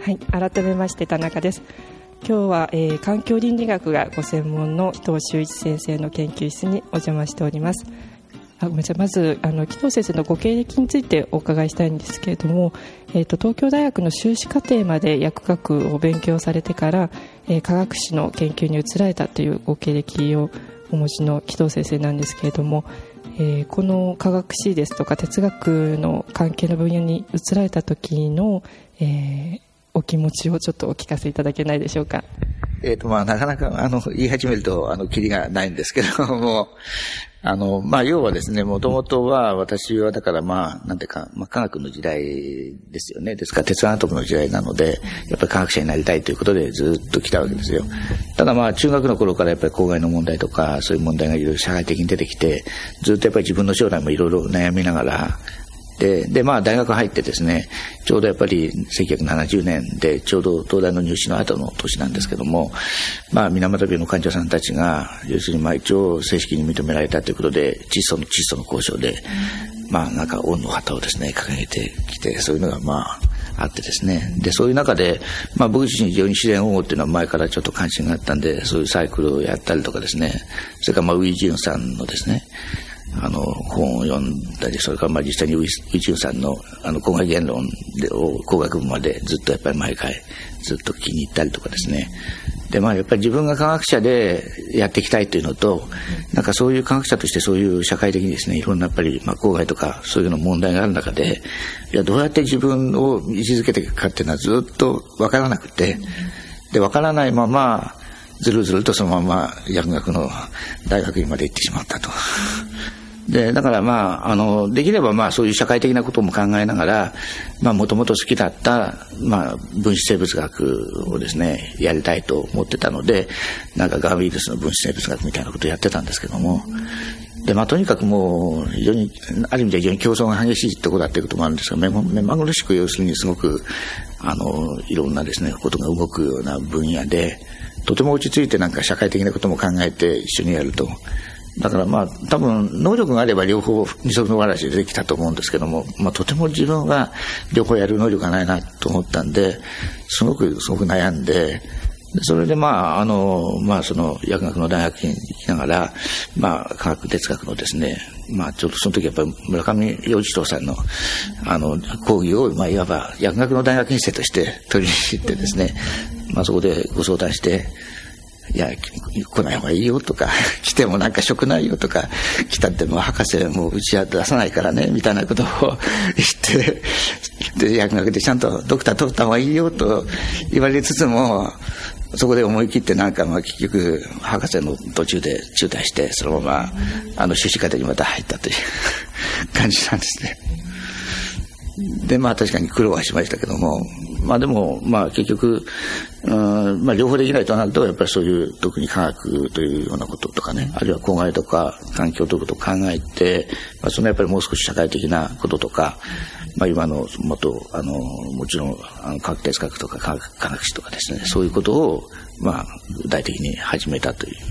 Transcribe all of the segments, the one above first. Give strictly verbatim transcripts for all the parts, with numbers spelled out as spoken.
はい、改めまして田中です。今日は、えー、環境倫理学がご専門の紀藤修一先生の研究室にお邪魔しております。あごめんなさいまずあの紀藤先生のご経歴についてお伺いしたいんですけれども、えー、と東京大学の修士課程まで薬学を勉強されてから、えー、科学史の研究に移られたというご経歴をお持ちの紀藤先生なんですけれども、えー、この科学史ですとか哲学の関係の分野に移られた時の、えー、お気持ちをちょっとお聞かせいただけないでしょうか。 えっと、まあ、なかなか、あの、言い始めると、あの、キリがないんですけども、あの、まあ、要はですね、もともとは、私は、だから、まあ、なんていうか、まあ、科学の時代ですよね。ですから、鉄アトムの時代なので、やっぱり科学者になりたいということで、ずっと来たわけですよ。ただ、まあ、中学の頃からやっぱり公害の問題とか、そういう問題がいろいろ社会的に出てきて、ずっとやっぱり自分の将来もいろいろ悩みながら、で、で、まあ、大学入ってですね、ちょうどやっぱりせんきゅうひゃくななじゅうねんで、ちょうど東大の入試の後の年なんですけども、まあ、水俣病の患者さんたちが、要するにまあ、一応正式に認められたということで、窒素の窒素の交渉で、まあ、なんか、恩の旗をですね、掲げてきて、そういうのがまあ、あってですね。で、そういう中で、まあ、僕自身非常に自然保護っていうのは前からちょっと関心があったんで、そういうサイクルをやったりとかですね、それからまあ、ウィジュンさんのですね、あの、本を読んだり、それからまあ実際にウィジュンさんのあの、公害言論を工学部までずっとやっぱり毎回ずっと気に入ったりとかですね。で、まあやっぱり自分が科学者でやっていきたいというのと、なんかそういう科学者としてそういう社会的にですね、いろんなやっぱりまあ公害とかそういうの問題がある中で、いや、どうやって自分を位置づけていくかっていうのはずっとわからなくて、で、わからないまま、ずるずるとそのまま薬学の大学院まで行ってしまったと。で、だからまあ、あの、できればまあそういう社会的なことも考えながら、まあもともと好きだった、まあ分子生物学をですね、やりたいと思ってたので、なんかガンウイルスの分子生物学みたいなことをやってたんですけども、で、まあとにかくもう非常に、ある意味では非常に競争が激しいところだっていうこともあるんですが、目ま、目まぐるしく要するにすごく、あの、いろんなですね、ことが動くような分野で、とても落ち着いてなんか社会的なことも考えて一緒にやると。だからまあ多分能力があれば両方二足のわらじでできたと思うんですけども、まあとても自分は両方やる能力がないなと思ったんで、すごくすごく悩んで、それでまああのまあその薬学の大学院に行きながら、まあ科学哲学のですね、まあちょっとその時やっぱり村上陽一郎さんのあの講義をまあいわば薬学の大学院生として取り入ってですね、まあそこでご相談して。いや、来ない方がいいよとか、来てもなんか職ないよとか、来たってもう博士もうちは出さないからね、みたいなことを言って、で、薬学でちゃんとドクター取った方がいいよと言われつつも、そこで思い切ってなんかまあ結局、博士の途中で中退して、そのまま、あの、修士課程にまた入ったという感じなんですね。で、まあ確かに苦労はしましたけども、まあでも、まあ結局、うん、まあ両方できないとなると、やっぱりそういう特に科学というようなこととかね、あるいは公害とか環境ということを考えて、まあそのやっぱりもう少し社会的なこととか、まあ今のもっと、あの、もちろん、あの科学哲学とか科学、科学史とかですね、そういうことを、まあ具体的に始めたという。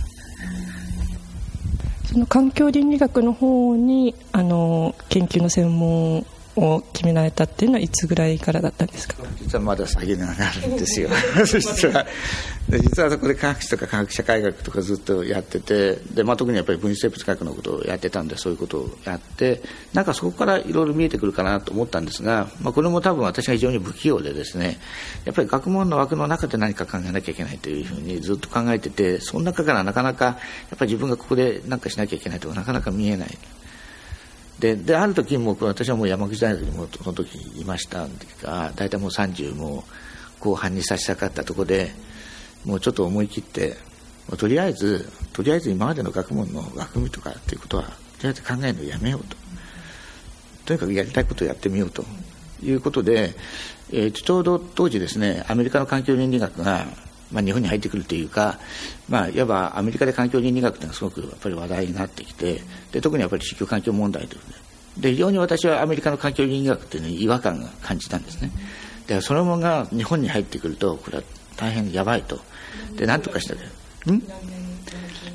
その環境倫理学の方に、あの、研究の専門を決められたっていうのはいつぐらいからだったんですか？ 実はまだ先があるんですよ実は実はそこで科学史とか科学社会学とかずっとやってて、で、まあ、特にやっぱり分子生物学のことをやってたんで、そういうことをやってなんかそこからいろいろ見えてくるかなと思ったんですが、まあ、これも多分私が非常に不器用でですね、やっぱり学問の枠の中で何か考えなきゃいけないというふうにずっと考えてて、その中からなかなかやっぱり自分がここで何かしなきゃいけないとかなかなか見えない。で, である時も私はもう山口大学にもその時いましたが、大体もうさんじゅうも後半に差し掛かったところで、もうちょっと思い切って、とりあえずとりあえず今までの学問の枠組みとかっていうことはとりあえず考えるのをやめようと、とにかくやりたいことをやってみようということで、えー、ちょうど当時ですね、アメリカの環境倫理学がまあ、日本に入ってくるというか、まあ、いわばアメリカで環境倫理学というのはすごくやっぱり話題になってきて、で特にやっぱり地球環境問題というで、非常に私はアメリカの環境倫理学というのに違和感が感じたんですね。でそのままが日本に入ってくるとこれは大変やばいと。で何とかしたけどん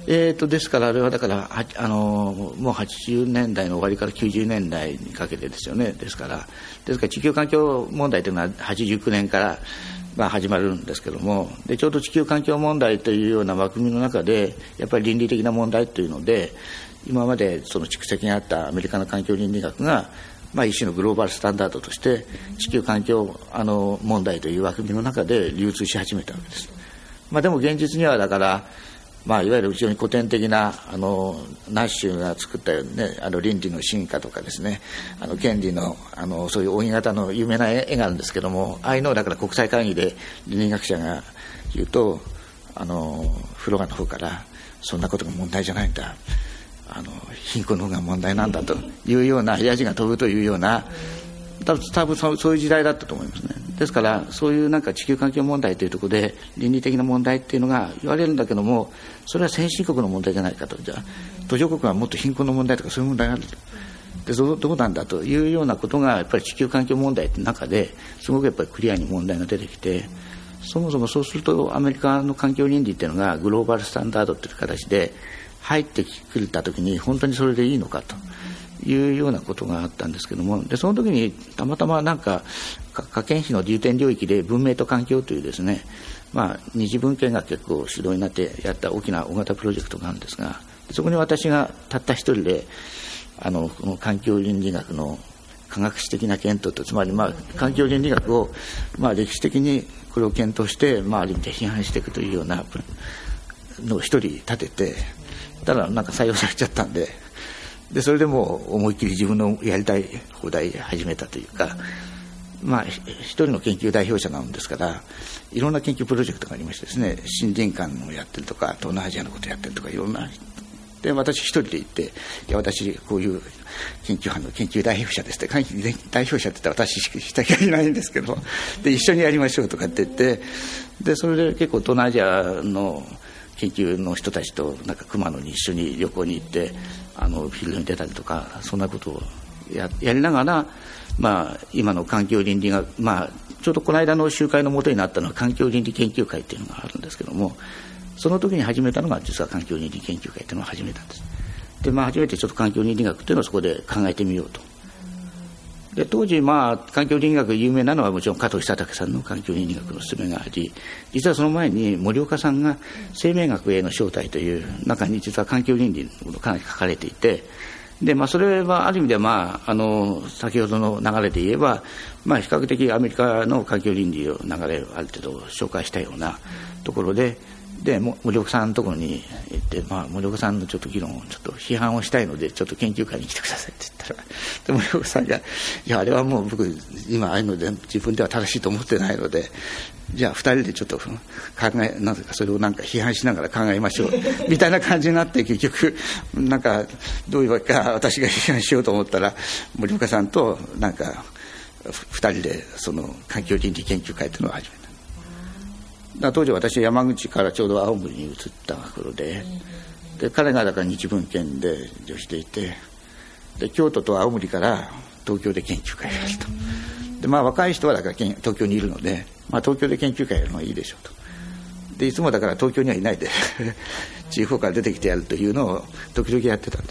えー、とですからあれはだからはあのもうはちじゅうねんだいの終わりからきゅうじゅうねんだいにかけてですよね。ですからですから地球環境問題というのははちじゅうきゅうねんからまあ始まるんですけども、でちょうど地球環境問題というような枠組みの中でやっぱり倫理的な問題というので、今までその蓄積にあったアメリカの環境倫理学がまあ一種のグローバルスタンダードとして地球環境あの問題という枠組みの中で流通し始めたわけです。まあ、でも現実にはだからまあ、いわゆる非常に古典的なあのナッシュが作ったようにね、あの倫理の進化とかですね、あの権利のあのそういう扇形の有名な絵があるんですけども、ああいうのをだから国際会議で倫理学者が言うと、あのフロアの方からそんなことが問題じゃないんだ、あの貧困の方が問題なんだというようなヤジが飛ぶというような、多分多分そう、そういう時代だったと思いますね。ですからそういうなんか地球環境問題というところで倫理的な問題っていうのが言われるんだけども、それは先進国の問題じゃないかと、じゃあ途上国はもっと貧困の問題とかそういう問題があると、でど, どうなんだというようなことがやっぱり地球環境問題の中ですごくやっぱりクリアに問題が出てきて、そもそもそうするとアメリカの環境倫理っていうのがグローバルスタンダードという形で入ってくれたときに本当にそれでいいのかというようなことがあったんですけども、でその時にたまたまなんか科研費の重点領域で文明と環境というですね、まあ、二次文献が結構主導になってやった大きな大型プロジェクトがあるんですが、そこに私がたった一人であのこの環境倫理学の科学史的な検討と、つまりまあ環境倫理学をまあ歴史的にこれを検討して、まあ、ある意味で批判していくというようなのを一人立てて、ただなんか採用されちゃったんで、でそれでもう思いっきり自分のやりたい放題始めたというか、まあ一人の研究代表者なんですから、いろんな研究プロジェクトがありましてですね、森林館をやってるとか東南アジアのことやってるとかいろんなで、私一人で行って、いや私こういう研究班の研究代表者ですって、代表者って言ったら私しかいないんですけど、で一緒にやりましょうとかって言って、でそれで結構東南アジアの研究の人たちとなんか熊野に一緒に旅行に行ってあのフィールドに出たりとか、そんなことを や, やりながら、まあ、今の環境倫理が、まあ、ちょうどこの間の集会の元になったのは環境倫理研究会っていうのがあるんですけども、その時に始めたのが実は環境倫理研究会っていうのを始めたんです。で、まあ、初めてちょっと環境倫理学っていうのをそこで考えてみようと。で当時、まあ、環境倫理学有名なのはもちろん加藤久武さんの環境倫理学の勧めがあり、実はその前に森岡さんが生命学への招待という中に実は環境倫理のことがかなり書かれていて、で、まあ、それはある意味では、まあ、あの先ほどの流れで言えば、まあ、比較的アメリカの環境倫理の流れをある程度紹介したようなところで、で森岡さんのところに行って、まあ、森岡さんのちょっと議論をちょっと批判をしたいのでちょっと研究会に来てくださいって言ったら、で森岡さんがいやあれはもう僕今ああいうので自分では正しいと思ってないので、じゃあふたりでちょっと考えなぜかそれをなんか批判しながら考えましょうみたいな感じになって、結局なんかどういうわけか私が批判しようと思ったら森岡さんとなんかふたりでその環境倫理研究会というのを始めた。だ当時私は山口からちょうど青森に移った頃で、で彼がだから日文献で助していて、で京都と青森から東京で研究会をやると。で、まあ、若い人はだから東京にいるので、まあ、東京で研究会やるのがいいでしょうと。でいつもだから東京にはいないで地方から出てきてやるというのを時々やってたんです。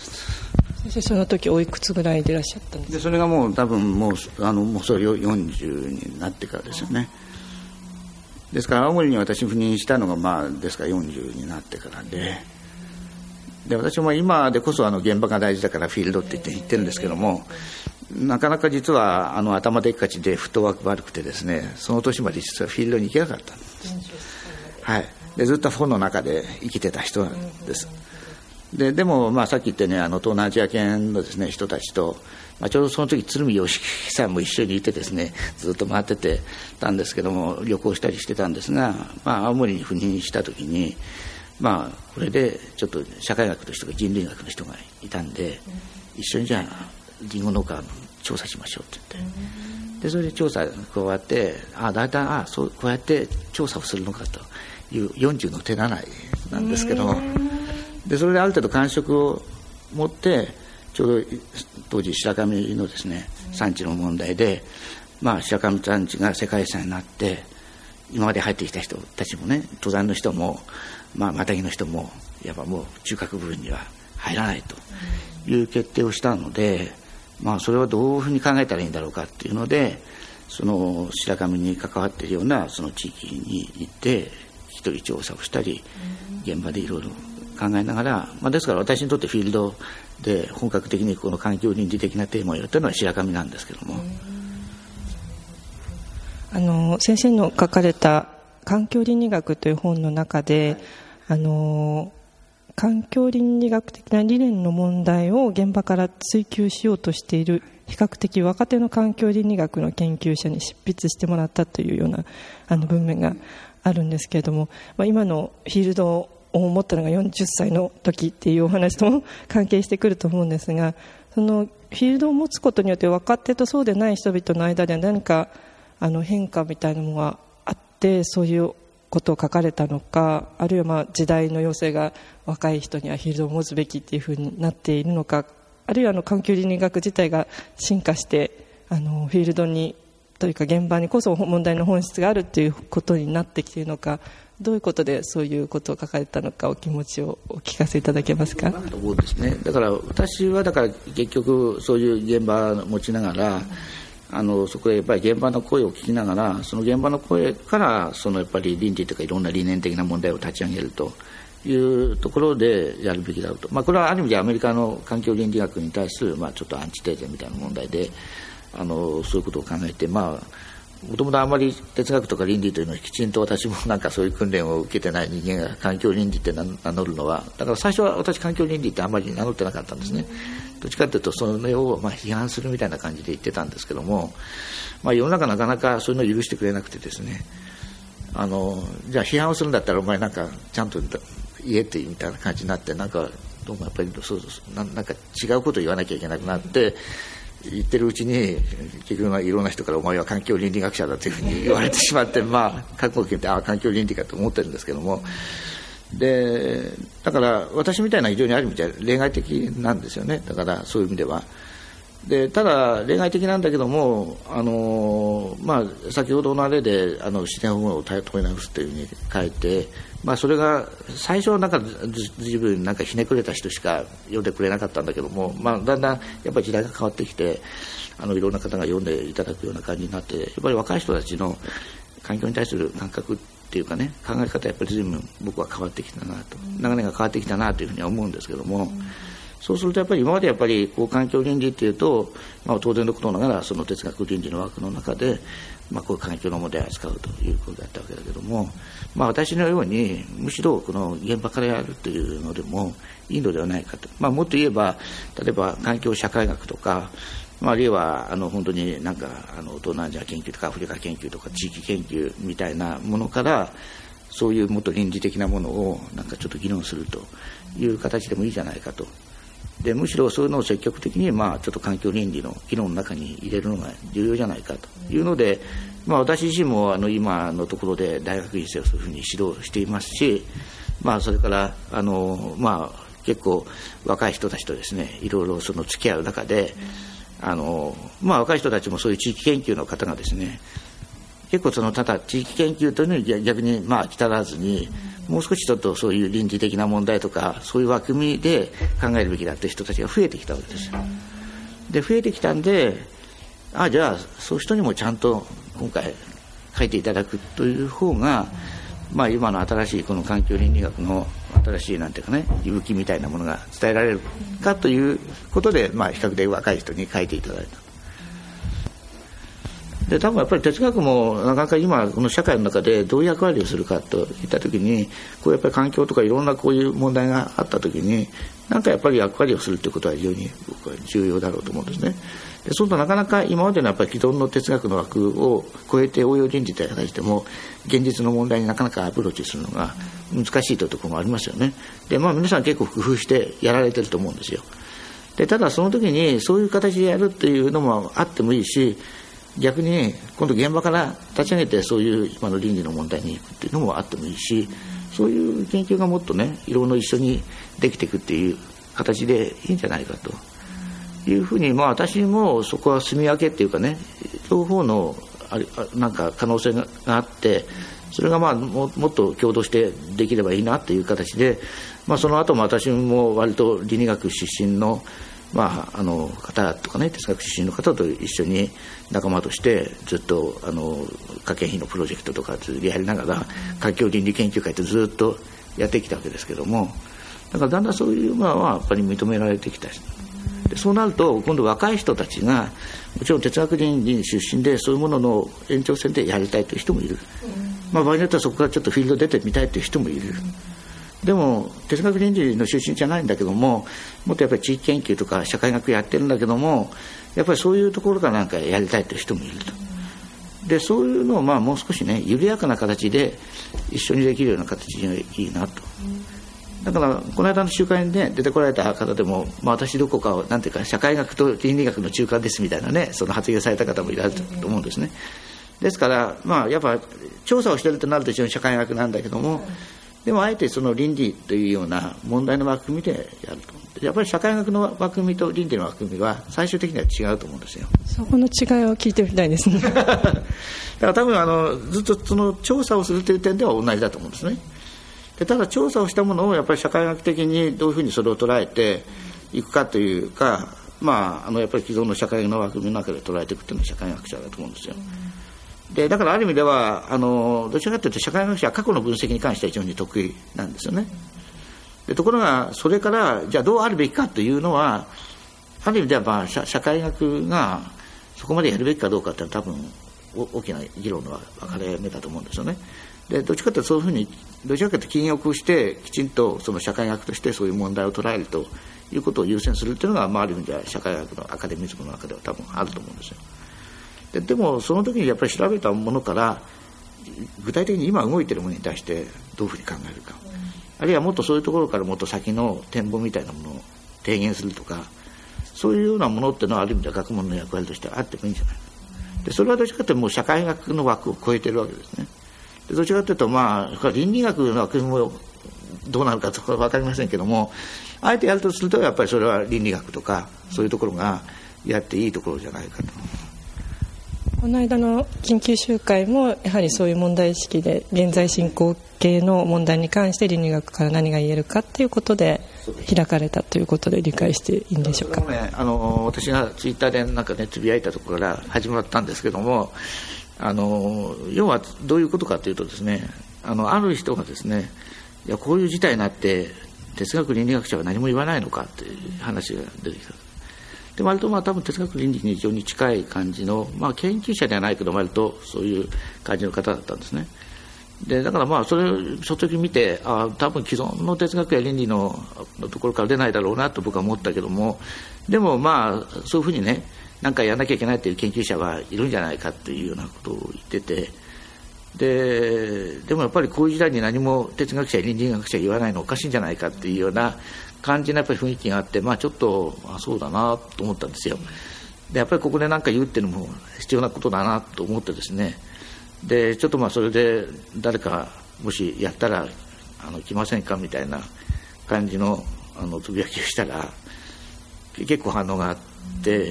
先生その時おいくつぐらいでいらっしゃったんですか？ でそれがもう多分もうあのもうそれをよんじゅうになってからですよね。ですから青森に私赴任したのがまあですからよんじゅうになってからで、で私も今でこそあの現場が大事だからフィールドって言って言ってるんですけども、なかなか実はあの頭でっかちでフットワーク悪くてですね、その年まで実はフィールドに行けなかったんです。はい、でずっと本の中で生きてた人なんです。で, でもまあさっき言ったね、あの東南アジア圏のですね人たちと、まあ、ちょうどその時鶴見義樹さんも一緒にいてですね、ずっと回っててたんですけども、旅行したりしてたんですが、まあ、青森に赴任した時に、まあこれでちょっと社会学の人が人類学の人がいたんで、一緒にじゃあリンゴ農家の調査しましょうって言って、でそれで調査こうやってあだいたいあそうこうやって調査をするのかというよんじゅうの手習いなんですけども、でそれである程度感触を持って、ちょうど当時白神のですね産地の問題で、まあ、白神産地が世界遺産になって、今まで入ってきた人たちもね、登山の人も、まあ、マタギの人もやっぱもう中核部分には入らないという決定をしたので、まあ、それはどういうふうに考えたらいいんだろうかっていうので、その白神に関わっているようなその地域に行って一人調査をしたり、現場でいろいろ考えながら、まあ、ですから私にとってフィールドで本格的にこの環境倫理的なテーマをやったのは白神なんですけども、 あの先生の書かれた環境倫理学という本の中で、あの環境倫理学的な理念の問題を現場から追求しようとしている比較的若手の環境倫理学の研究者に執筆してもらったというようなあの文面があるんですけれども、まあ、今のフィールドを持ったのがよんじゅっさいの時っていうお話とも関係してくると思うんですが、そのフィールドを持つことによって若手とそうでない人々の間で何かあの変化みたいなものがあって、そういうことを書かれたのか、あるいはまあ時代の要請が若い人にはフィールドを持つべきっていうふうになっているのか、あるいはあの環境倫理学自体が進化してあのフィールドにというか現場にこそ問題の本質があるということになってきているのか、どういうことでそういうことを書かれたのか、お気持ちをお聞かせいただけますか。 そうですね、だから私はだから結局そういう現場を持ちながら、あのそこでやっぱり現場の声を聞きながら、その現場の声からそのやっぱり倫理というかいろんな理念的な問題を立ち上げるというところでやるべきだろうと、まあ、これはある意味でアメリカの環境倫理学に対する、まあ、ちょっとアンチテーゼみたいな問題で、あのそういうことを考えて、まあ、もともとあんまり哲学とか倫理というのをきちんと私もなんかそういう訓練を受けてない人間が環境倫理って名乗るのは、だから最初は私環境倫理ってあんまり名乗ってなかったんですね。どっちかというとそれをまあ批判するみたいな感じで言ってたんですけども、まあ、世の中なかなかそういうのを許してくれなくてですね、あのじゃあ批判をするんだったらお前なんかちゃんと言えってみたいな感じになって、なんかどうもやっぱりそうそうななんか違うことを言わなきゃいけなくなって、言ってるうちに結局いろんな人からお前は環境倫理学者だというふうに言われてしまって、まあ覚悟を決めてああ環境倫理かと思ってるんですけども、でだから私みたいな非常にある意味では例外的なんですよね。だからそういう意味ではで、ただ例外的なんだけども、あの、まあ、先ほどのあれであの自然保護を問い直すというふうに書いて、まあ、それが最初はなんかずずいぶんなんかひねくれた人しか読んでくれなかったんだけども、まあ、だんだんやっぱり時代が変わってきて、あのいろんな方が読んでいただくような感じになって、やっぱり若い人たちの環境に対する感覚っていうかね、考え方やっぱり随分僕は変わってきたなと、流れが変わってきたなというふうには思うんですけども、そうするとやっぱり今までやっぱりこう環境倫理っていうと、まあ、当然のことながらその哲学倫理の枠の中で、まあ、こういう環境の問題を扱うということだったわけだけども、まあ、私のようにむしろこの現場からやるというのでもいいのではないかと、まあ、もっと言えば例えば環境社会学とか、まあ、あるいはあの本当になんかあの東南アジア研究とかアフリカ研究とか地域研究みたいなものからそういうもっと倫理的なものをなんかちょっと議論するという形でもいいじゃないかと。でむしろそういうのを積極的に、まあ、ちょっと環境倫理の議論の中に入れるのが重要じゃないかというので、まあ、私自身もあの今のところで大学院生をそういうふうに指導していますし、まあ、それからあの、まあ、結構若い人たちとですねいろいろその付き合う中であの、まあ、若い人たちもそういう地域研究の方がですね結構そのただ地域研究というのに逆にまあ来たらずにもう少しちょっとそういう倫理的な問題とかそういう枠組みで考えるべきだという人たちが増えてきたわけですよ。で増えてきたんで、あじゃあそういう人にもちゃんと今回書いていただくという方が、まあ、今の新しいこの環境倫理学の新しいなんていうかね息吹みたいなものが伝えられるかということで、まあ、比較的若い人に書いていただいた。で多分やっぱり哲学もなかなか今この社会の中でどういう役割をするかといったときにこうやっぱり環境とかいろんなこういう問題があったときになんかやっぱり役割をするということは非常に僕は重要だろうと思うんですね。でそうするとなかなか今までのやっぱり既存の哲学の枠を超えて応用倫理という形でも現実の問題になかなかアプローチするのが難しいというところもありますよね。でまあ皆さん結構工夫してやられてると思うんですよ。でただその時にそういう形でやるっていうのもあってもいいし逆に今度現場から立ち上げてそういう今の倫理の問題に行くっていうのもあってもいいしそういう研究がもっとねいろいろ一緒にできていくっていう形でいいんじゃないかというふうに、まあ、私もそこは住み分けっていうかね両方のあれなんか可能性があってそれがまあ も, もっと共同してできればいいなっていう形でまあ、その後も私も割と倫理学出身の、まあ、あの方とかね、哲学出身の方と一緒に仲間としてずっとあの科研費のプロジェクトとかやりながら環境倫理研究会ってずっとやってきたわけですけども、だからだんだんそういうのはやっぱり認められてきたし、でそうなると今度若い人たちがもちろん哲学倫理出身でそういうものの延長線でやりたいという人もいる、まあ、場合によってはそこからちょっとフィールド出てみたいという人もいる。でも哲学倫理の出身じゃないんだけども、もっとやっぱり地域研究とか社会学やってるんだけども、やっぱりそういうところからなんかやりたいという人もいると。でそういうのをまあもう少しね緩やかな形で一緒にできるような形がいいなと。だからこの間の集会に、ね、出てこられた方でも、まあ、私どこかをなんていうか社会学と倫理学の中間ですみたいなね、その発言された方もいらっしゃると思うんですね。ですからまあやっぱ調査をしているとなると一応社会学なんだけども、でもあえてその倫理というような問題の枠組みでやると、やっぱり社会学の枠組みと倫理の枠組みは最終的には違うと思うんですよ。 そこの違いを聞いてみたいですね。だから多分あのずっとその調査をするという点では同じだと思うんですね。でただ調査をしたものをやっぱり社会学的にどういうふうにそれを捉えていくかというか、まあ、あのやっぱり既存の社会の枠組みの中で捉えていくというのは社会学者だと思うんですよ。でだからある意味ではあのどちらかというと社会学者は過去の分析に関しては非常に得意なんですよね。でところがそれからじゃあどうあるべきかというのはある意味ではまあ 社, 社会学がそこまでやるべきかどうかというのは多分大きな議論の分かれ目だと思うんですよね。でどっちかというとそういうふうにどちらかというと禁欲してきちんとその社会学としてそういう問題を捉えるということを優先するというのが、まあ、ある意味では社会学のアカデミズムの中では多分あると思うんですよ。で, でもその時にやっぱり調べたものから具体的に今動いているものに対してどういうふうに考えるか、あるいはもっとそういうところからもっと先の展望みたいなものを提言するとか、そういうようなものっていうのはある意味では学問の役割としてあってもいいんじゃないか。でそれはどちらかというともう社会学の枠を超えているわけですね。でどちらかというとまあ倫理学の枠組みもどうなるかとか分かりませんけども、あえてやるとするとやっぱりそれは倫理学とかそういうところがやっていいところじゃないかと。 この間の緊急集会もやはりそういう問題意識で現在進行形の問題に関して倫理学から何が言えるかということで開かれたということで理解していいんでしょうか。 それもね、あの私がツイッターでなんかねつぶやいたところから始まったんですけども、あの要はどういうことかというとですね、あのある人がですね、いやこういう事態になって哲学倫理学者は何も言わないのかという話が出てきた。で割とまあ多分哲学倫理に非常に近い感じの、まあ、研究者ではないけど割とそういう感じの方だったんですね。でだからまあそれを率直に見て、あ多分既存の哲学や倫理 の, のところから出ないだろうなと僕は思ったけども、でもまあそういうふうにね何かやらなきゃいけないという研究者はいるんじゃないかというようなことを言ってて、ででもやっぱりこういう時代に何も哲学者や倫理学者言わないのおかしいんじゃないかというような感じのやっぱり雰囲気があって、まあ、ちょっとあそうだなと思ったんですよ。でやっぱりここで何か言うっていうのも必要なことだなと思ってですね、でちょっとまあそれで誰かもしやったらあの来ませんかみたいな感じのあのつぶやきをしたら結構反応があって、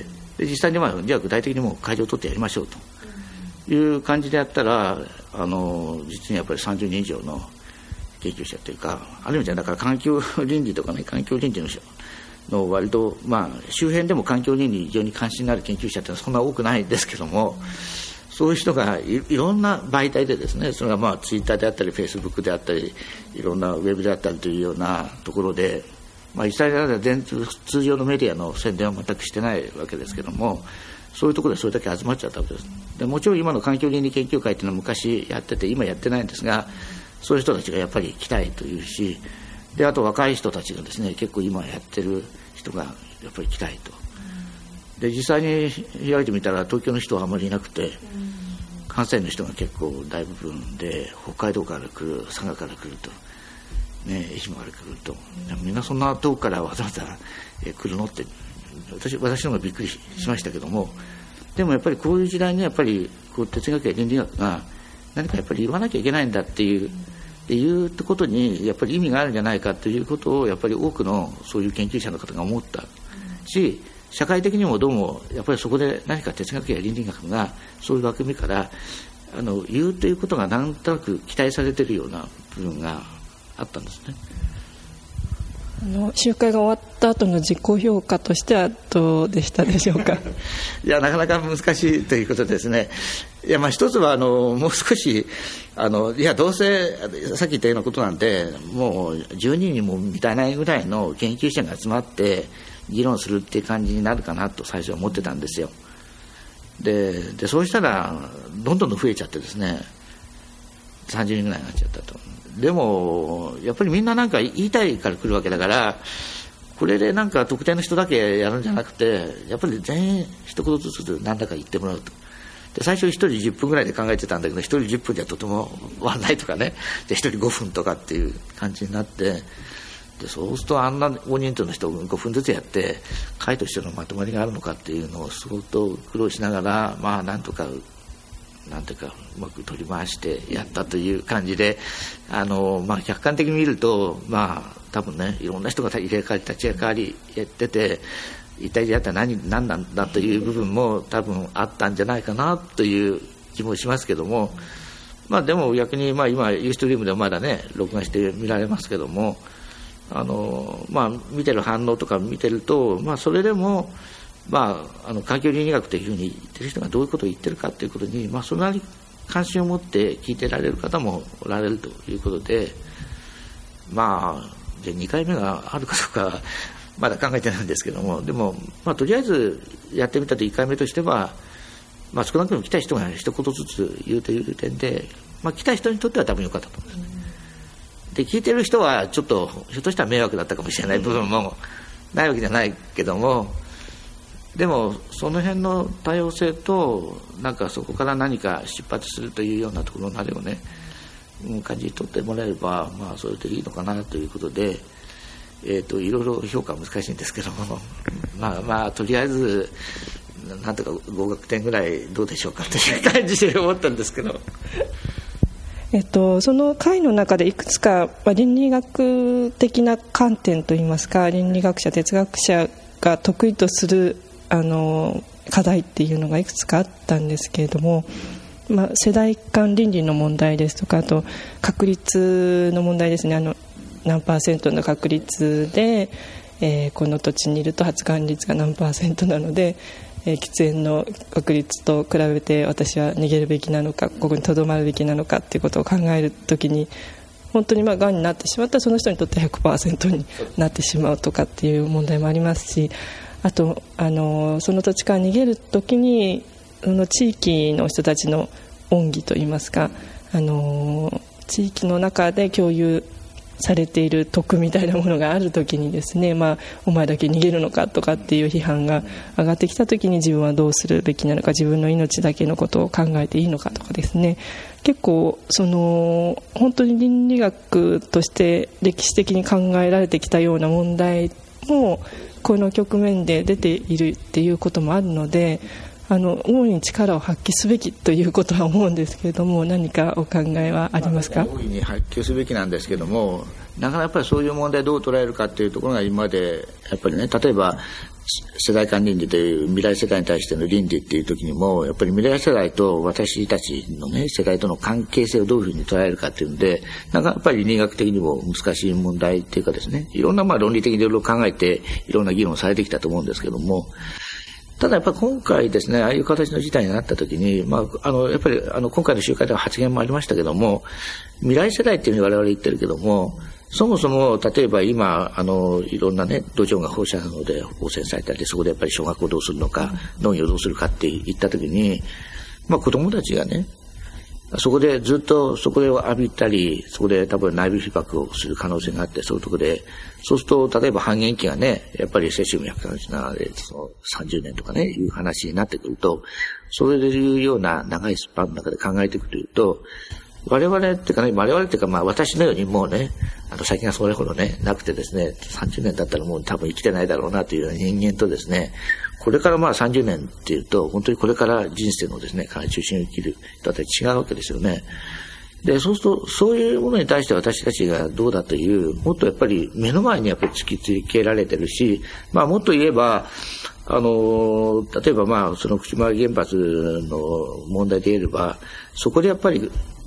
で実際にまあじゃあ具体的にもう会場を取ってやりましょうという感じでやったら、あの実にやっぱりさんじゅうにん以上の研究者というか、ある意味でだから環境倫理とかね、環境倫理のの割と、まあ、周辺でも環境倫理に非常に関心のある研究者ってのはそんな多くないんですけども、そういう人が い, いろんな媒体でですね、それがまあツイッターであったりフェイスブックであったりいろんなウェブであったりというようなところで、まあ、実際には全通常のメディアの宣伝は全くしてないわけですけども、そういうところでそれだけ集まっちゃったわけです。でもちろん今の環境倫理研究会というのは昔やってて今やってないんですが、そういう人たちがやっぱり来たいというし、であと若い人たちがですね結構今やってる人がやっぱり来たいと。で実際に開いてみたら東京の人はあまりいなくて、関西の人が結構大部分で、北海道から来る、佐賀から来ると、ね、愛媛から来ると、みんなそんな遠くからわざわざ来るのって私私の方がびっくりしましたけども、でもやっぱりこういう時代にやっぱりこう哲学や倫理学が何かやっぱり言わなきゃいけないんだっていうっていうことにやっぱり意味があるんじゃないかということをやっぱり多くのそういう研究者の方が思ったし、社会的にもどうもやっぱりそこで何か哲学や倫理学がそういう枠組みからあの言うということがなんとなく期待されているような部分があったんですね。 あの集会が終わった後の自己評価としてはどうでしたでしょうか。 いや、なかなか難しいということですね。いや、まあ一つはあのもう少しあのいやどうせさっき言ったようなことなんでもうじゅうにんにも満たないぐらいの研究者が集まって議論するっていう感じになるかなと最初は思ってたんですよ。で, でそうしたらどんどん増えちゃってですねさんじゅうにんぐらいになっちゃったと。でもやっぱりみんななんか言いたいから来るわけだからこれでなんか特定の人だけやるんじゃなくてやっぱり全員一言ずつ何だか言ってもらうと。で最初ひとりじゅっぷんぐらいで考えてたんだけどひとりじゅっぷんじゃとても終わらないとかねでひとりごふんとかっていう感じになってでそうするとあんな大人数の人をごふんずつやって会としてのまとまりがあるのかっていうのをすごく苦労しながらまあなんとかなんていうかうまく取り回してやったという感じであの、まあ、客観的に見るとまあ多分ねいろんな人が入れ替わり立ち上がりやってて一体じゃあ何, 何なんだという部分も多分あったんじゃないかなという気もしますけども、まあ、でも逆に、まあ、今ユーストリームでもまだね録画して見られますけどもあの、まあ、見てる反応とか見てると、まあ、それでもまあ、あの環境倫理学というふうに言ってる人がどういうことを言ってるかということに、まあ、それなりに関心を持って聞いてられる方もおられるということでまあじゃあにかいめがあるかどうかまだ考えてないんですけどもでも、まあ、とりあえずやってみたといっかいめとしては、まあ、少なくとも来た人が一言ずつ言うという点で、まあ、来た人にとっては多分良かったと思いますね。で聞いてる人はちょっとひょっとしたら迷惑だったかもしれない部分もないわけじゃないけどもでもその辺の多様性となんかそこから何か出発するというようなところなりをね感じ取ってもらえればまあそれでいいのかなということで、えー、といろいろ評価は難しいんですけどもまあまあとりあえずなんとか合格点ぐらいどうでしょうかという感じで思ったんですけど。 えっと、その会の中でいくつか倫理学的な観点といいますか倫理学者哲学者が得意とするあの課題っていうのがいくつかあったんですけれども、まあ、世代間倫理の問題ですとかあと確率の問題ですねあの何パーセントの確率で、えー、この土地にいると発がん率が何パーセントなので、えー、喫煙の確率と比べて私は逃げるべきなのかここにとどまるべきなのかっていうことを考えるときに本当にまあがんになってしまったらその人にとって ひゃくパーセント になってしまうとかっていう問題もありますしあとあのその土地から逃げるときにその地域の人たちの恩義といいますかあの地域の中で共有されている徳みたいなものがあるときにですね、まあ、お前だけ逃げるのかとかっていう批判が上がってきたときに自分はどうするべきなのか自分の命だけのことを考えていいのかとかですね結構その本当に倫理学として歴史的に考えられてきたような問題もこの局面で出ているっていうこともあるのであの大いに力を発揮すべきということは思うんですけれども何かお考えはありますか。 大いに発揮すべきなんですけどもなかなかやっぱりそういう問題をどう捉えるかというところが今までやっぱりね例えば世代間倫理という未来世代に対しての倫理っていう時にもやっぱり未来世代と私たちのね世代との関係性をどういうふうに捉えるかっていうのでなんかやっぱり倫理学的にも難しい問題っていうかですねいろんなまあ論理的にいろいろ考えていろんな議論をされてきたと思うんですけどもただやっぱり今回ですねああいう形の事態になった時に、まあ、あのやっぱりあの今回の集会では発言もありましたけども未来世代っていうふうに我々言ってるけどもそもそも例えば今あのいろんなね土壌が放射能で汚染されたりそこでやっぱり小学校をどうするのか農業をどうするかって言った時に、まあ、子供たちがねそこでずっとそこで浴びたりそこで多分内部被曝をする可能性があってそういうところでそうすると例えば半減期がねやっぱりセシウムひゃくさんじゅうななでそのさんじゅうねんとかねいう話になってくるとそれでいうような長いスパンの中で考えてくると我々っていうかね我々っていうかまあ私のようにもうねあの先がそれほどねなくてですねさんじゅうねんだったらもう多分生きてないだろうなというような人間とですねこれからまあさんじゅうねんっていうと本当にこれから人生のですね中心を生きる人たち違うわけですよね。でそうするとそういうものに対して私たちがどうだというもっとやっぱり目の前にやっぱり突きつけられてるしまあもっと言えばあの例えばまあその福島原発の問題で言えばそこでやっぱり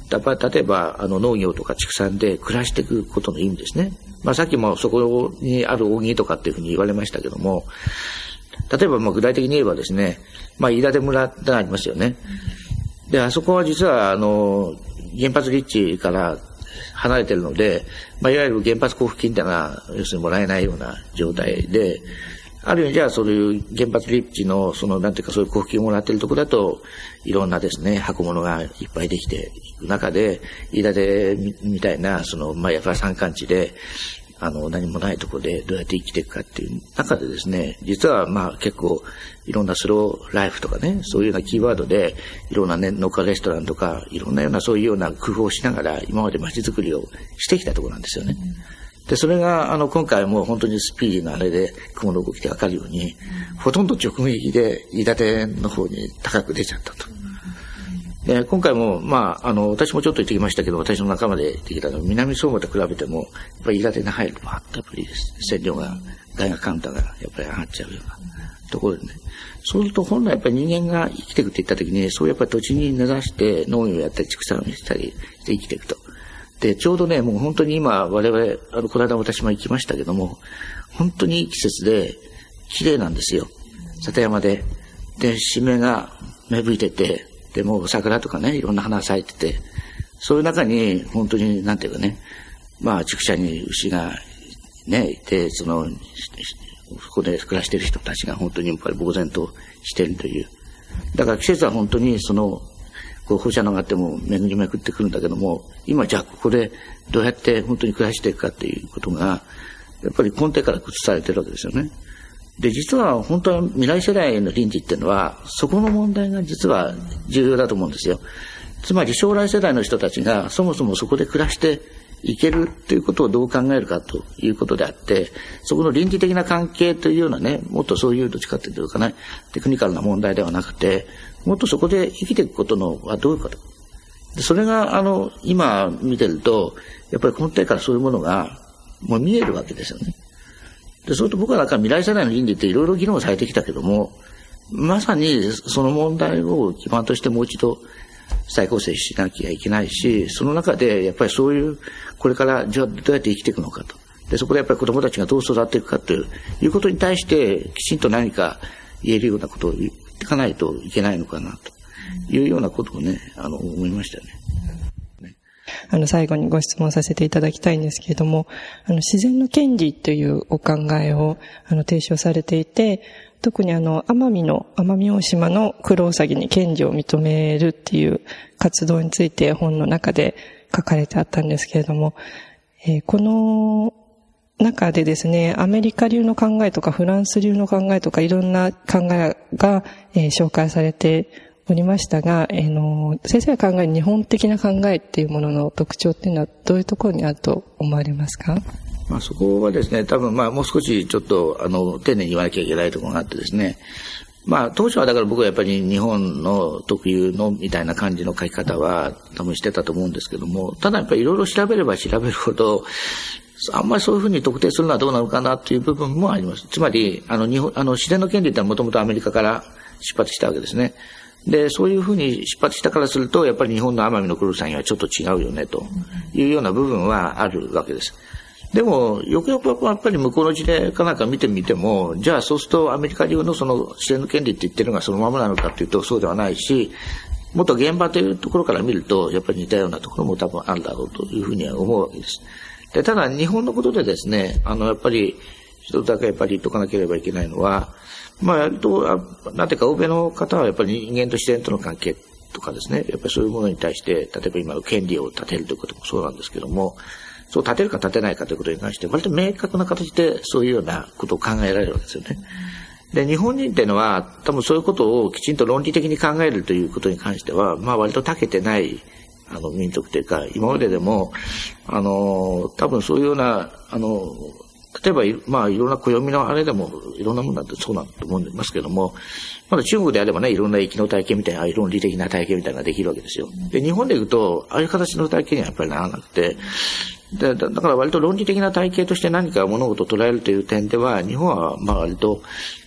やっぱ例えばあの農業とか畜産で暮らしていくことの意味ですね。まあさっきもそこにある扇とかっていうふうに言われましたけども、例えばまあ具体的に言えばですね、まあ飯舘村ってありますよね。で、あそこは実はあの原発立地から離れてるので、まあいわゆる原発交付金っていうのは要するにもらえないような状態で、ある意味じゃあそういう原発立地のそのなんていうかそういう交付金をもらっているところだといろんなですね箱物がいっぱいできていく中で、飯舘みたいなそのまあやっぱり山間地であの何もないところでどうやって生きていくかっていう中でですね、実はまあ結構いろんなスローライフとかね、そういうようなキーワードでいろんなね農家レストランとかいろんなようなそういうような工夫をしながら今まで街づくりをしてきたところなんですよね。で、それが、あの、今回も本当にスピーディーなあれで、雲の動きでわかるように、うん、ほとんど直撃で、飯舘の方に高く出ちゃったと。うん、で、今回も、まあ、あの、私もちょっと行ってきましたけど、私の仲間で行ってきたの、南相馬と比べても、やっぱり飯舘に入ると、バッとやっぱり線量が、外貨カウンターがやっぱり上がっちゃうようなところでね。そうすると、本来やっぱり人間が生きていくって言った時に、そうやっぱり土地に根ざして農業をやったり、畜産をしたりして生きていくと。で、ちょうどね、もう本当に今、我々、あの、この間私も行きましたけども、本当にいい季節で、綺麗なんですよ。里山で。で、締めが芽吹いてて、で、もう桜とかね、いろんな花が咲いてて、そういう中に、本当に、なんていうかね、まあ、畜舎に牛が、ね、いて、その、そこで暮らしている人たちが本当にやっぱり呆然としているという。だから季節は本当に、その、こう放射能があっても巡りめくってくるんだけども、今じゃあここでどうやって本当に暮らしていくかっていうことが、やっぱり根底から崩されてるわけですよね。で、実は本当は未来世代の臨時っていうのは、そこの問題が実は重要だと思うんですよ。つまり将来世代の人たちがそもそもそこで暮らしていけるということをどう考えるかということであって、そこの倫理的な関係というようなね、もっとそういうどっちかというかね、テクニカルな問題ではなくて、もっとそこで生きていくことのはどういうかと。で、それがあの今見てるとやっぱり根底からそういうものがもう見えるわけですよね。で、それと僕はなんか未来世代の倫理っていろいろ議論されてきたけども、まさにその問題を基盤としてもう一度再構成しなきゃいけないし、その中でやっぱりそういうこれからじゃあどうやって生きていくのかと。で、そこでやっぱり子どもたちがどう育っていくかということに対してきちんと何か言えるようなことを言っていかないといけないのかなというようなことをね、あの思いましたね。ね、 あの最後にご質問させていただきたいんですけれども、あの自然の権利というお考えをあの提唱されていて、特にあの奄美の奄美大島のクロウサギに権利を認めるっていう活動について本の中で書かれてあったんですけれども、えー、この中でですね、アメリカ流の考えとかフランス流の考えとかいろんな考えが、えー、紹介されておりましたが、えー、の先生が考える日本的な考えっていうものの特徴っていうのはどういうところにあると思われますか？ まあ、そこはですね、多分まあもう少しちょっとあの丁寧に言わなきゃいけないところがあってですね、まあ当初はだから僕はやっぱり日本の特有のみたいな感じの書き方は多分してたと思うんですけども、ただやっぱりいろいろ調べれば調べるほどあんまりそういうふうに特定するのはどうなのかなという部分もあります。つまりあの日本あの自然の権利ってのはもともとアメリカから出発したわけですね。で、そういうふうに出発したからするとやっぱり日本の奄美のクロウサギはちょっと違うよねというような部分はあるわけです。でも、よくよくやっぱり向こうの事例かなんか見てみても、じゃあそうするとアメリカ流のその自然の権利って言ってるのがそのままなのかっていうとそうではないし、もっと現場というところから見ると、やっぱり似たようなところも多分あるだろうというふうには思うわけです。で、ただ日本のことでですね、あの、やっぱり一つだけやっぱり言っとかなければいけないのは、まあ、やると、なんていうか、欧米の方はやっぱり人間と自然との関係とかですね、やっぱりそういうものに対して、例えば今の権利を立てるということもそうなんですけども、そう立てるか立てないかということに関して割と明確な形でそういうようなことを考えられるわけですよね。で、日本人っていうのは多分そういうことをきちんと論理的に考えるということに関してはまあ割と長けてないあの民族というか、今まででもあの多分そういうようなあの例えばまあいろんな暦のあれでもいろんなものなんてそうなんだと思いますけども、まだ中国であればね、いろんな生きの体系みたいな論理的な体系みたいなのができるわけですよ。で、日本でいうとああいう形の体系にはやっぱりならなくて、でだから割と論理的な体系として何か物事を捉えるという点では日本はまあ割と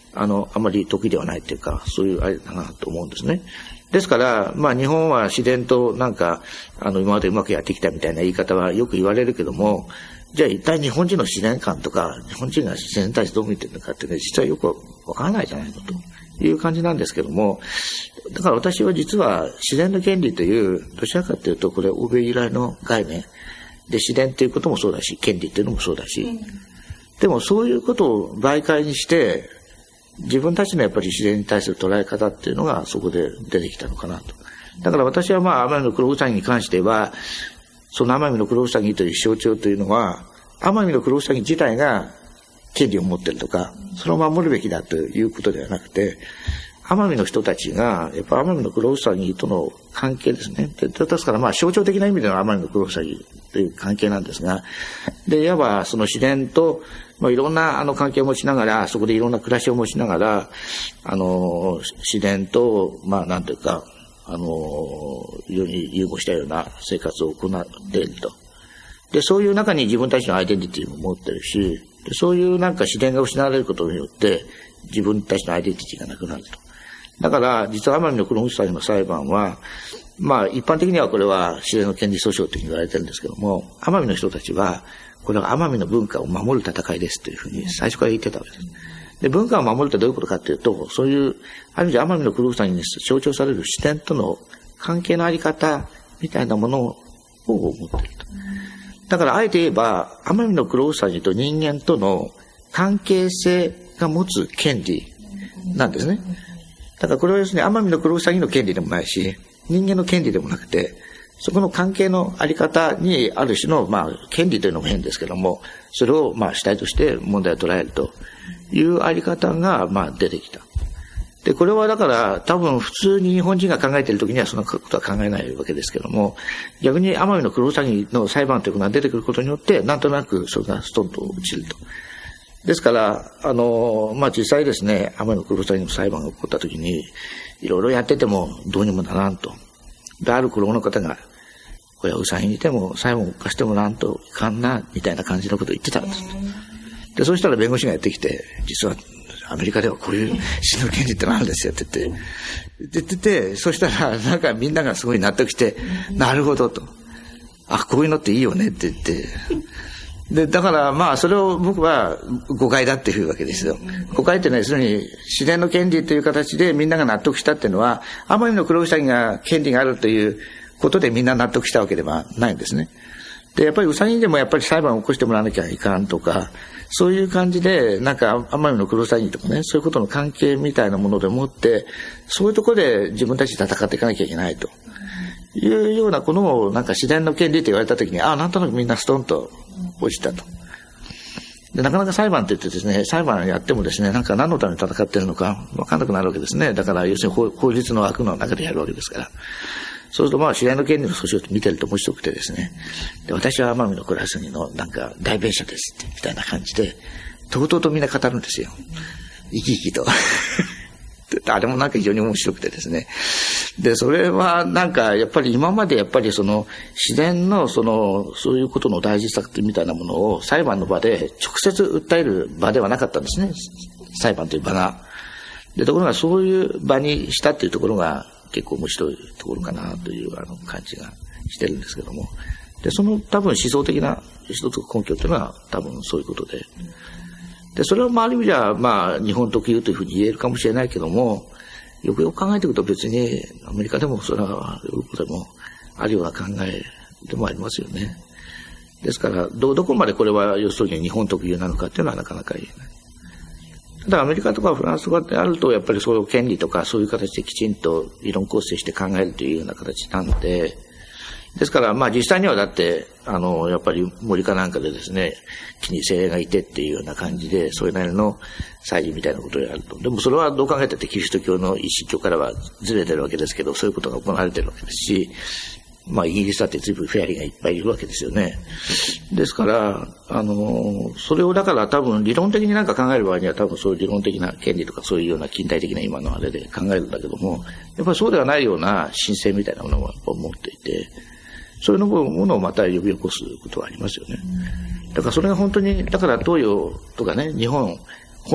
あの、あまり得意ではないっていうか、そういうあれだなと思うんですね。ですから、まあ日本は自然となんか、あの、今までうまくやってきたみたいな言い方はよく言われるけども、じゃあ一体日本人の自然観とか、日本人が自然に対してどう見てるのかってね、実はよくわからないじゃないのという感じなんですけども、だから私は実は自然の権利という、どちらかというとこれ欧米由来の概念で、自然ということもそうだし、権利というのもそうだし、うん、でもそういうことを媒介にして、自分たちのやっぱり自然に対する捉え方っていうのがそこで出てきたのかなと。だから私はまあ、奄美の黒ウサギに関しては、その奄美の黒ウサギという象徴というのは、奄美の黒ウサギ自体が権利を持っているとか、それを守るべきだということではなくて、奄美の人たちが、やっぱ奄美の黒ウサギとの関係ですね。で、ですからまあ象徴的な意味での奄美の黒ウサギという関係なんですが、で、いわばその自然と、まあ、いろんなあの関係を持ちながら、そこでいろんな暮らしを持ちながら、あの、自然と、まあなんというか、あの、非常に融合したような生活を行っていると。で、そういう中に自分たちのアイデンティティも持ってるし、でそういうなんか自然が失われることによって、自分たちのアイデンティティがなくなると。だから、実は奄美の黒ウサギの裁判は、まあ一般的にはこれは自然の権利訴訟というふうに言われてるんですけども、奄美の人たちは、これは奄美の文化を守る戦いですというふうに最初から言ってたわけです。で、文化を守るってどういうことかというと、そういう、ある意味奄美の黒ウサギに象徴される自然との関係のあり方みたいなものを持っていると。だからあえて言えば、奄美の黒ウサギと人間との関係性が持つ権利なんですね。だからこれは要するに奄美の黒ウサギの権利でもないし、人間の権利でもなくて、そこの関係のあり方にある種の、まあ、権利というのも変ですけども、それを、まあ、主体として問題を捉えるというあり方が、まあ、出てきた。で、これはだから、多分普通に日本人が考えているときにはそんなことは考えないわけですけども、逆に奄美の黒ウサギの裁判というのが出てくることによって、なんとなくそれがストンと落ちると。ですから、あの、まあ、実際ですね、奄美の黒ウサギの裁判が起こったときに、いろいろやっててもどうにもならんと。で、ある黒の方が、これはウサギにいても裁判を犯してもなんといかんな、みたいな感じのことを言ってたんです。で、そうしたら弁護士がやってきて、実はアメリカではこういう死の権利ってのあるんですよって言って、言ってて、そしたらなんかみんながすごい納得して、なるほどと。あ、こういうのっていいよねって言って、で、だからまあそれを僕は誤解だっていうわけですよ。誤解ってのは要するに自然の権利という形でみんなが納得したっていうのは、奄美の黒ウサギが権利があるということでみんな納得したわけではないんですね。で、やっぱりウサギでもやっぱり裁判を起こしてもらわなきゃいかんとか、そういう感じで、なんか奄美の黒ウサギとかね、そういうことの関係みたいなものでもって、そういうところで自分たちで戦っていかなきゃいけないというようなこのなんか自然の権利と言われたときに、ああ、なんとなくみんなストンと落ちたと。で、なかなか裁判って言ってですね、裁判やってもですね、なんか何のために戦っているのか分かんなくなるわけですね。だから要するに法、法律の枠の中でやるわけですから。そうするとまあ自然の権利の訴訟って見てると面白くてですね、で、私は奄美の黒ウサギのなんか代弁者ですって、みたいな感じで、とうとうとみんな語るんですよ。生き生きと。あれもなんか非常に面白くてですね。で、それはなんかやっぱり今までやっぱりその自然のそのそういうことの大事さみたいなものを裁判の場で直接訴える場ではなかったんですね。裁判という場が。で、ところがそういう場にしたっていうところが結構面白いところかなというあの感じがしてるんですけども。で、その多分思想的な一つ根拠というのは多分そういうことで。で、それはまあある意味じゃまあ日本特有というふうに言えるかもしれないけども、よくよく考えていくと別にアメリカでもそれはヨーロッパでもあるような考えでもありますよね。ですからど、どこまでこれは要するに日本特有なのかっていうのはなかなか言えない。ただアメリカとかフランスとかってあるとやっぱりそういう権利とかそういう形できちんと理論構成して考えるというような形なので、ですからまあ実際にはだってあのやっぱり森かなんかでですね、木に精霊がいてっていうような感じでそれなりの祭事みたいなことをやると。でもそれはどう考えたってキリスト教の一神教からはずれてるわけですけど、そういうことが行われてるわけですし、まあイギリスだって随分フェアリーがいっぱいいるわけですよね。ですからあのそれをだから多分理論的になんか考える場合には多分そういう理論的な権利とかそういうような近代的な今のあれで考えるんだけども、やっぱりそうではないような神聖みたいなものを持っていて、そういうものをまた呼び起こすことはありますよね。だからそれが本当に、だから東洋とかね、日本本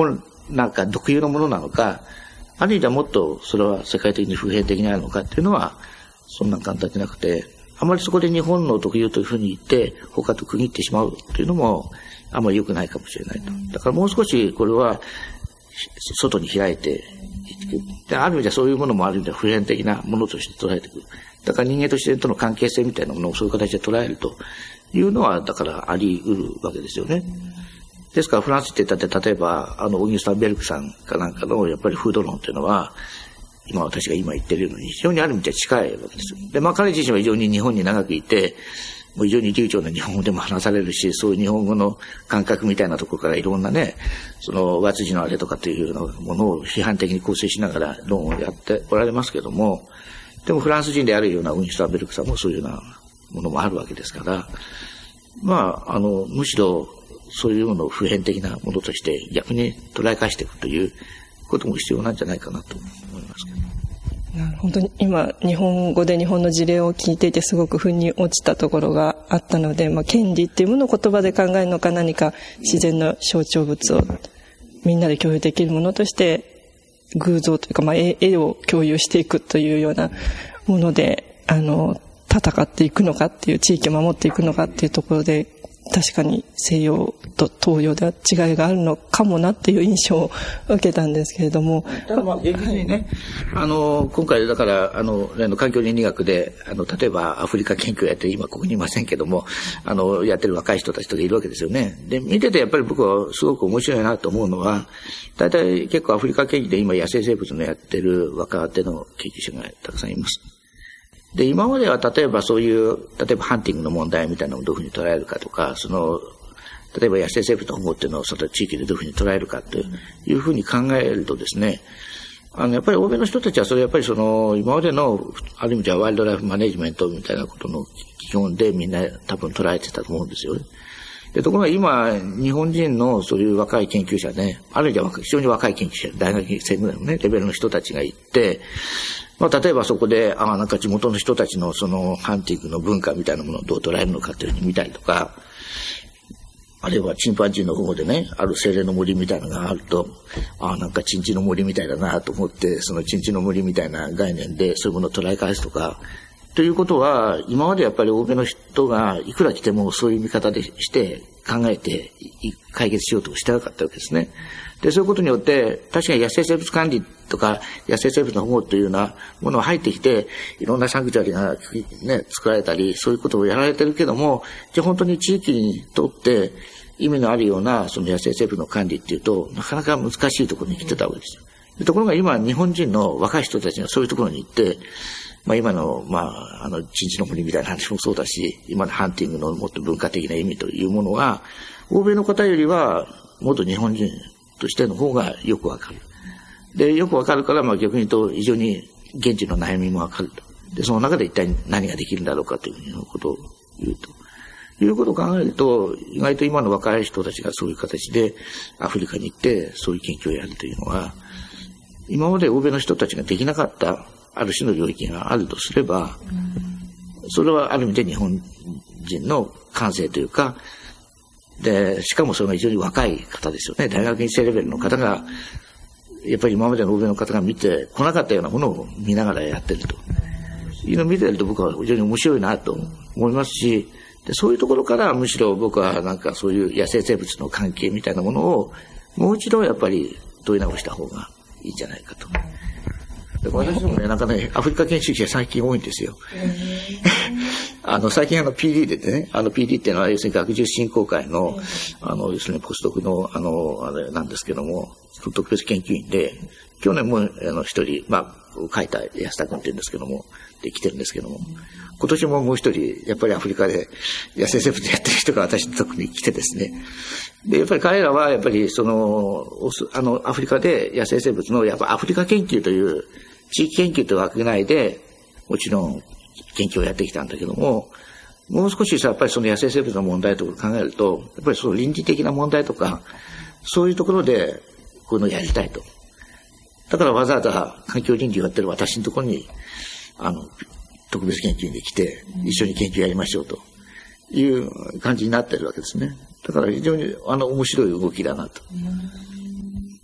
なんか特有のものなのか、あるいはもっとそれは世界的に普遍的にあるのかっていうのは、そんな簡単じゃなくて、あまりそこで日本の特有というふうに言って、他と区切ってしまうというのも、あまり良くないかもしれないと。だからもう少しこれは、外に開いていく。で、ある意味ではそういうものもある意味では普遍的なものとして捉えていく。だから人間と自然との関係性みたいなものをそういう形で捉えるというのは、だからあり得るわけですよね。ですからフランスって言ったって、例えば、あの、オギュスタン・ベルクさんかなんかの、やっぱりフード論っていうのは、今私が今言ってるのに非常にある意味では近いわけです。で、まあ彼自身は非常に日本に長くいて、もう非常に流暢な日本語でも話されるし、そういう日本語の感覚みたいなところからいろんなね、その和辻のあれとかっていうようなものを批判的に構成しながら論をやっておられますけども、でもフランス人であるようなウィンスタン・ベルクさんもそういうようなものもあるわけですから、まあ、あの、むしろそういうものを普遍的なものとして逆に捉え返していくということも必要なんじゃないかなと思いますけど。 本当に今日本語で日本の事例を聞いていてすごく腑に落ちたところがあったので、まあ、権利っていうものを言葉で考えるのか、何か自然の象徴物をみんなで共有できるものとして偶像というか、まあ、絵を共有していくというようなものであの戦っていくのかっていう、地域を守っていくのかっていうところで、確かに西洋と東洋では違いがあるのかもなっていう印象を受けたんですけれども。 ただまあ現実にね、あの、今回だから、あの、あの環境倫理学で、あの、例えばアフリカ研究をやって今ここにいませんけども、あの、やってる若い人たちとかいるわけですよね。で、見ててやっぱり僕はすごく面白いなと思うのは、大体結構アフリカ研究で今野生生物のやってる若手の研究者がたくさんいます。で、今までは例えばそういう、例えばハンティングの問題みたいなのをどういうふうに捉えるかとか、その、例えば野生生物の保護っていうのをその地域でどういうふうに捉えるかというふうに考えるとですね、あの、やっぱり欧米の人たちはそれやっぱりその、今までの、ある意味ではワイルドライフマネジメントみたいなことの基本でみんな多分捉えてたと思うんですよね。で、ところが今、日本人のそういう若い研究者ね、ある意味では非常に若い研究者、大学生ぐらいのね、レベルの人たちがいて、まあ、例えばそこで、ああ、なんか地元の人たちのそのハンティングの文化みたいなものをどう捉えるのかというふうに見たりとか、あるいはチンパンジーの保護でね、ある精霊の森みたいなのがあると、ああ、なんかチンチの森みたいだなと思って、そのチンチの森みたいな概念でそういうものを捉え返すとか、ということは、今までやっぱり欧米の人がいくら来てもそういう見方でして考えて解決しようとしてなかったわけですね。で、そういうことによって、確かに野生生物管理とか野生生物の保護というようなものが入ってきて、いろんなサンクチュアリがね、作られたり、そういうことをやられてるけども、じゃあ本当に地域にとって意味のあるようなその野生生物の管理っていうと、なかなか難しいところに来てたわけですよ。で、ところが今、日本人の若い人たちがそういうところに行って、まあ今の、まあ、あの、チンチの森みたいな話もそうだし、今のハンティングのもっと文化的な意味というものは、欧米の方よりは、もっと日本人としての方がよくわかる。で、よくわかるから、まあ逆に言うと、非常に現地の悩みもわかると。で、その中で一体何ができるんだろうかということを言うと。いうことを考えると、意外と今の若い人たちがそういう形でアフリカに行って、そういう研究をやるというのは、今まで欧米の人たちができなかったある種の領域があるとすれば、それはある意味で日本人の感性というか、で、しかもそれが非常に若い方ですよね。大学院生レベルの方が、やっぱり今までの欧米の方が見てこなかったようなものを見ながらやってると。いうのを見てると僕は非常に面白いなと思いますし、でそういうところからむしろ僕はなんかそういう野生生物の関係みたいなものをもう一度やっぱり問い直した方がいいんじゃないかと。私もね、なんかね、アフリカ研究者最近多いんですよ。あの、最近あの ピーディー でね、あの ピーディー っていうのは要するに学術振興会の、あの、要するにポストクの、あの、あれなんですけども、特別研究員で、去年もあの一人、まあ、書いた安田君って言うんですけども、で来てるんですけども、今年ももう一人、やっぱりアフリカで野生生物やってる人が私のところに来てですね、で、やっぱり彼らはやっぱりその、あの、アフリカで野生生物の、やっぱアフリカ研究という、地域研究という枠内で、もちろん研究をやってきたんだけども、もう少しさ、やっぱりその野生生物の問題とか考えると、やっぱりその倫理的な問題とか、そういうところで、こういうのをやりたいと。だからわざわざ環境倫理をやってる私のところに、あの、特別研究員で来て、一緒に研究やりましょうという感じになってるわけですね。だから非常に、あの、面白い動きだなと。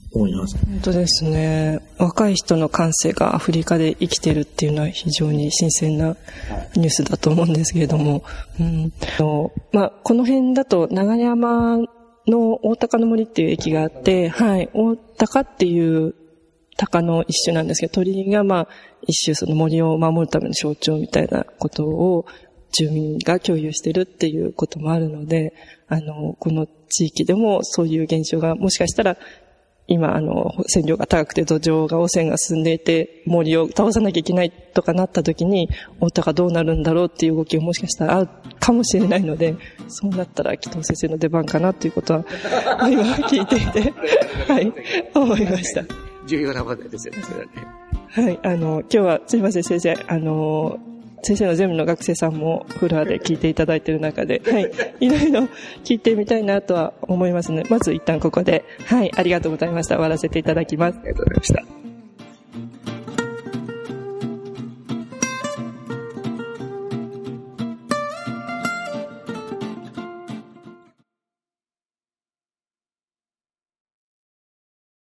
思います。 本当ですね。若い人の感性がアフリカで生きてるっていうのは非常に新鮮なニュースだと思うんですけれども、うん、あのまあ、この辺だと長山の大鷹の森っていう駅があって、はい、大鷹っていう鷹の一種なんですけど、鳥がまあ一種その森を守るための象徴みたいなことを住民が共有してるっていうこともあるので、あのこの地域でもそういう現象がもしかしたら今、あの、線量が高くて土壌が汚染が進んでいて、森を倒さなきゃいけないとかなった時に、大鷹どうなるんだろうっていう動きがもしかしたらあるかもしれないので、そうなったら紀藤先生の出番かなということは、今聞いていて、はい、思いました。 重要な話題ですよね、それはね。 はい、あの、今日はすいません、先生、あの、先生のゼミの学生さんもフロアで聞いていただいている中で、はい、いろいろ聞いてみたいなとは思いますね。まず一旦ここで、はい、ありがとうございました。終わらせていただきます。 ありがとうございました。